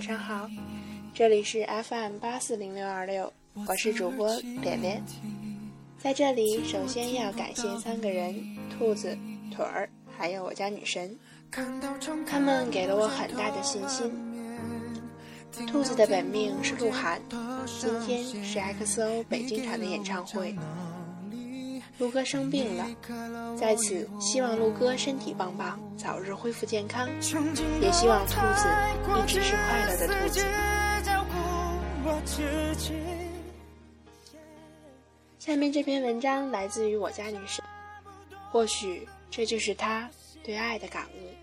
晚上好，这里是 FM840626，我是主播脸脸。在这里首先要感谢3个人，兔子、腿儿还有我家女神，他们给了我很大的信心。兔子的本命是鹿晗，今天是 XO 北京场的演唱会，鹿哥生病了，在此希望鹿哥身体棒棒，早日恢复健康，也希望兔子一直是快乐的兔子。下面这篇文章来自于我家女神，或许这就是她对爱的感悟。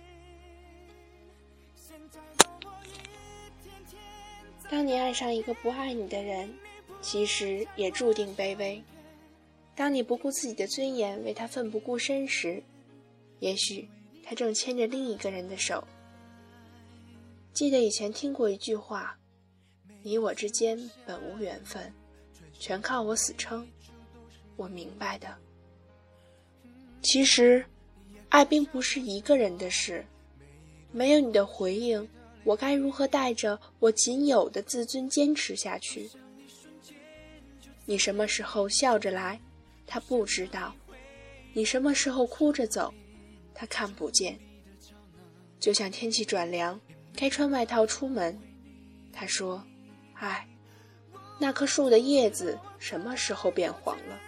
当你爱上一个不爱你的人，其实也注定卑微。当你不顾自己的尊严为他奋不顾身时，也许他正牵着另一个人的手。记得以前听过一句话，你我之间本无缘分，全靠我死撑。我明白的，其实爱并不是一个人的事，没有你的回应，我该如何带着我仅有的自尊坚持下去？你什么时候笑着来，他不知道；你什么时候哭着走，他看不见。就像天气转凉，该穿外套出门，他说：唉，那棵树的叶子什么时候变黄了？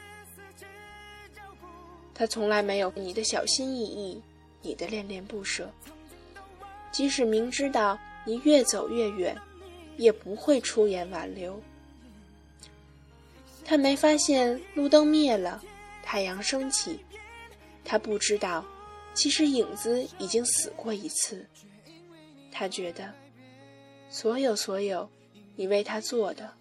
他从来没有你的小心翼翼，你的恋恋不舍，即使明知道你越走越远，也不会出言挽留。他没发现路灯灭了，太阳升起，他不知道其实影子已经死过一次。他觉得所有你为他做的，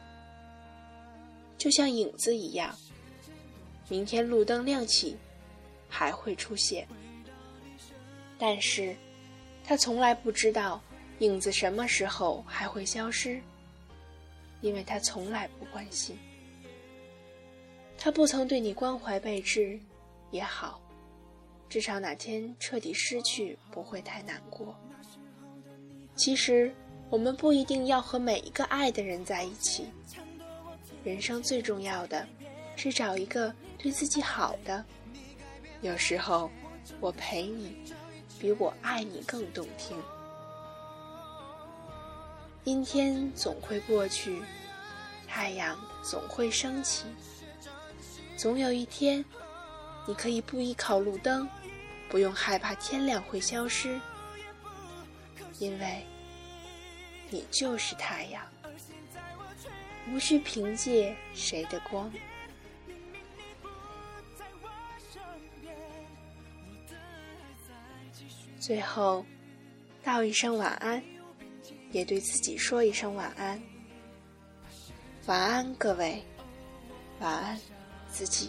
就像影子一样，明天路灯亮起还会出现。但是他从来不知道影子什么时候还会消失，因为他从来不关心。他不曾对你关怀备至也好，至少哪天彻底失去不会太难过。其实我们不一定要和每一个爱的人在一起，人生最重要的是找一个对自己好的。有时候我陪你比我爱你更动听。阴天总会过去，太阳总会升起，总有一天你可以不依靠路灯，不用害怕天亮会消失，因为你就是太阳，无需凭借谁的光。最后道一声晚安，也对自己说一声晚安。晚安各位，晚安自己。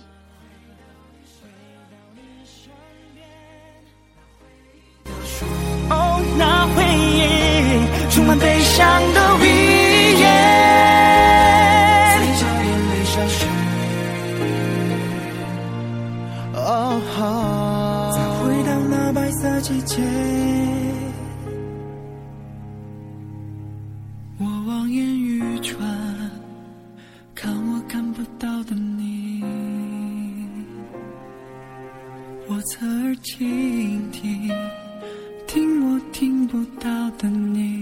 哦，那回忆充满悲伤的语言，随着眼泪消失。再回到那白色季节，我望眼欲穿，看我看不到的你，我侧耳倾听，听我听不到的你。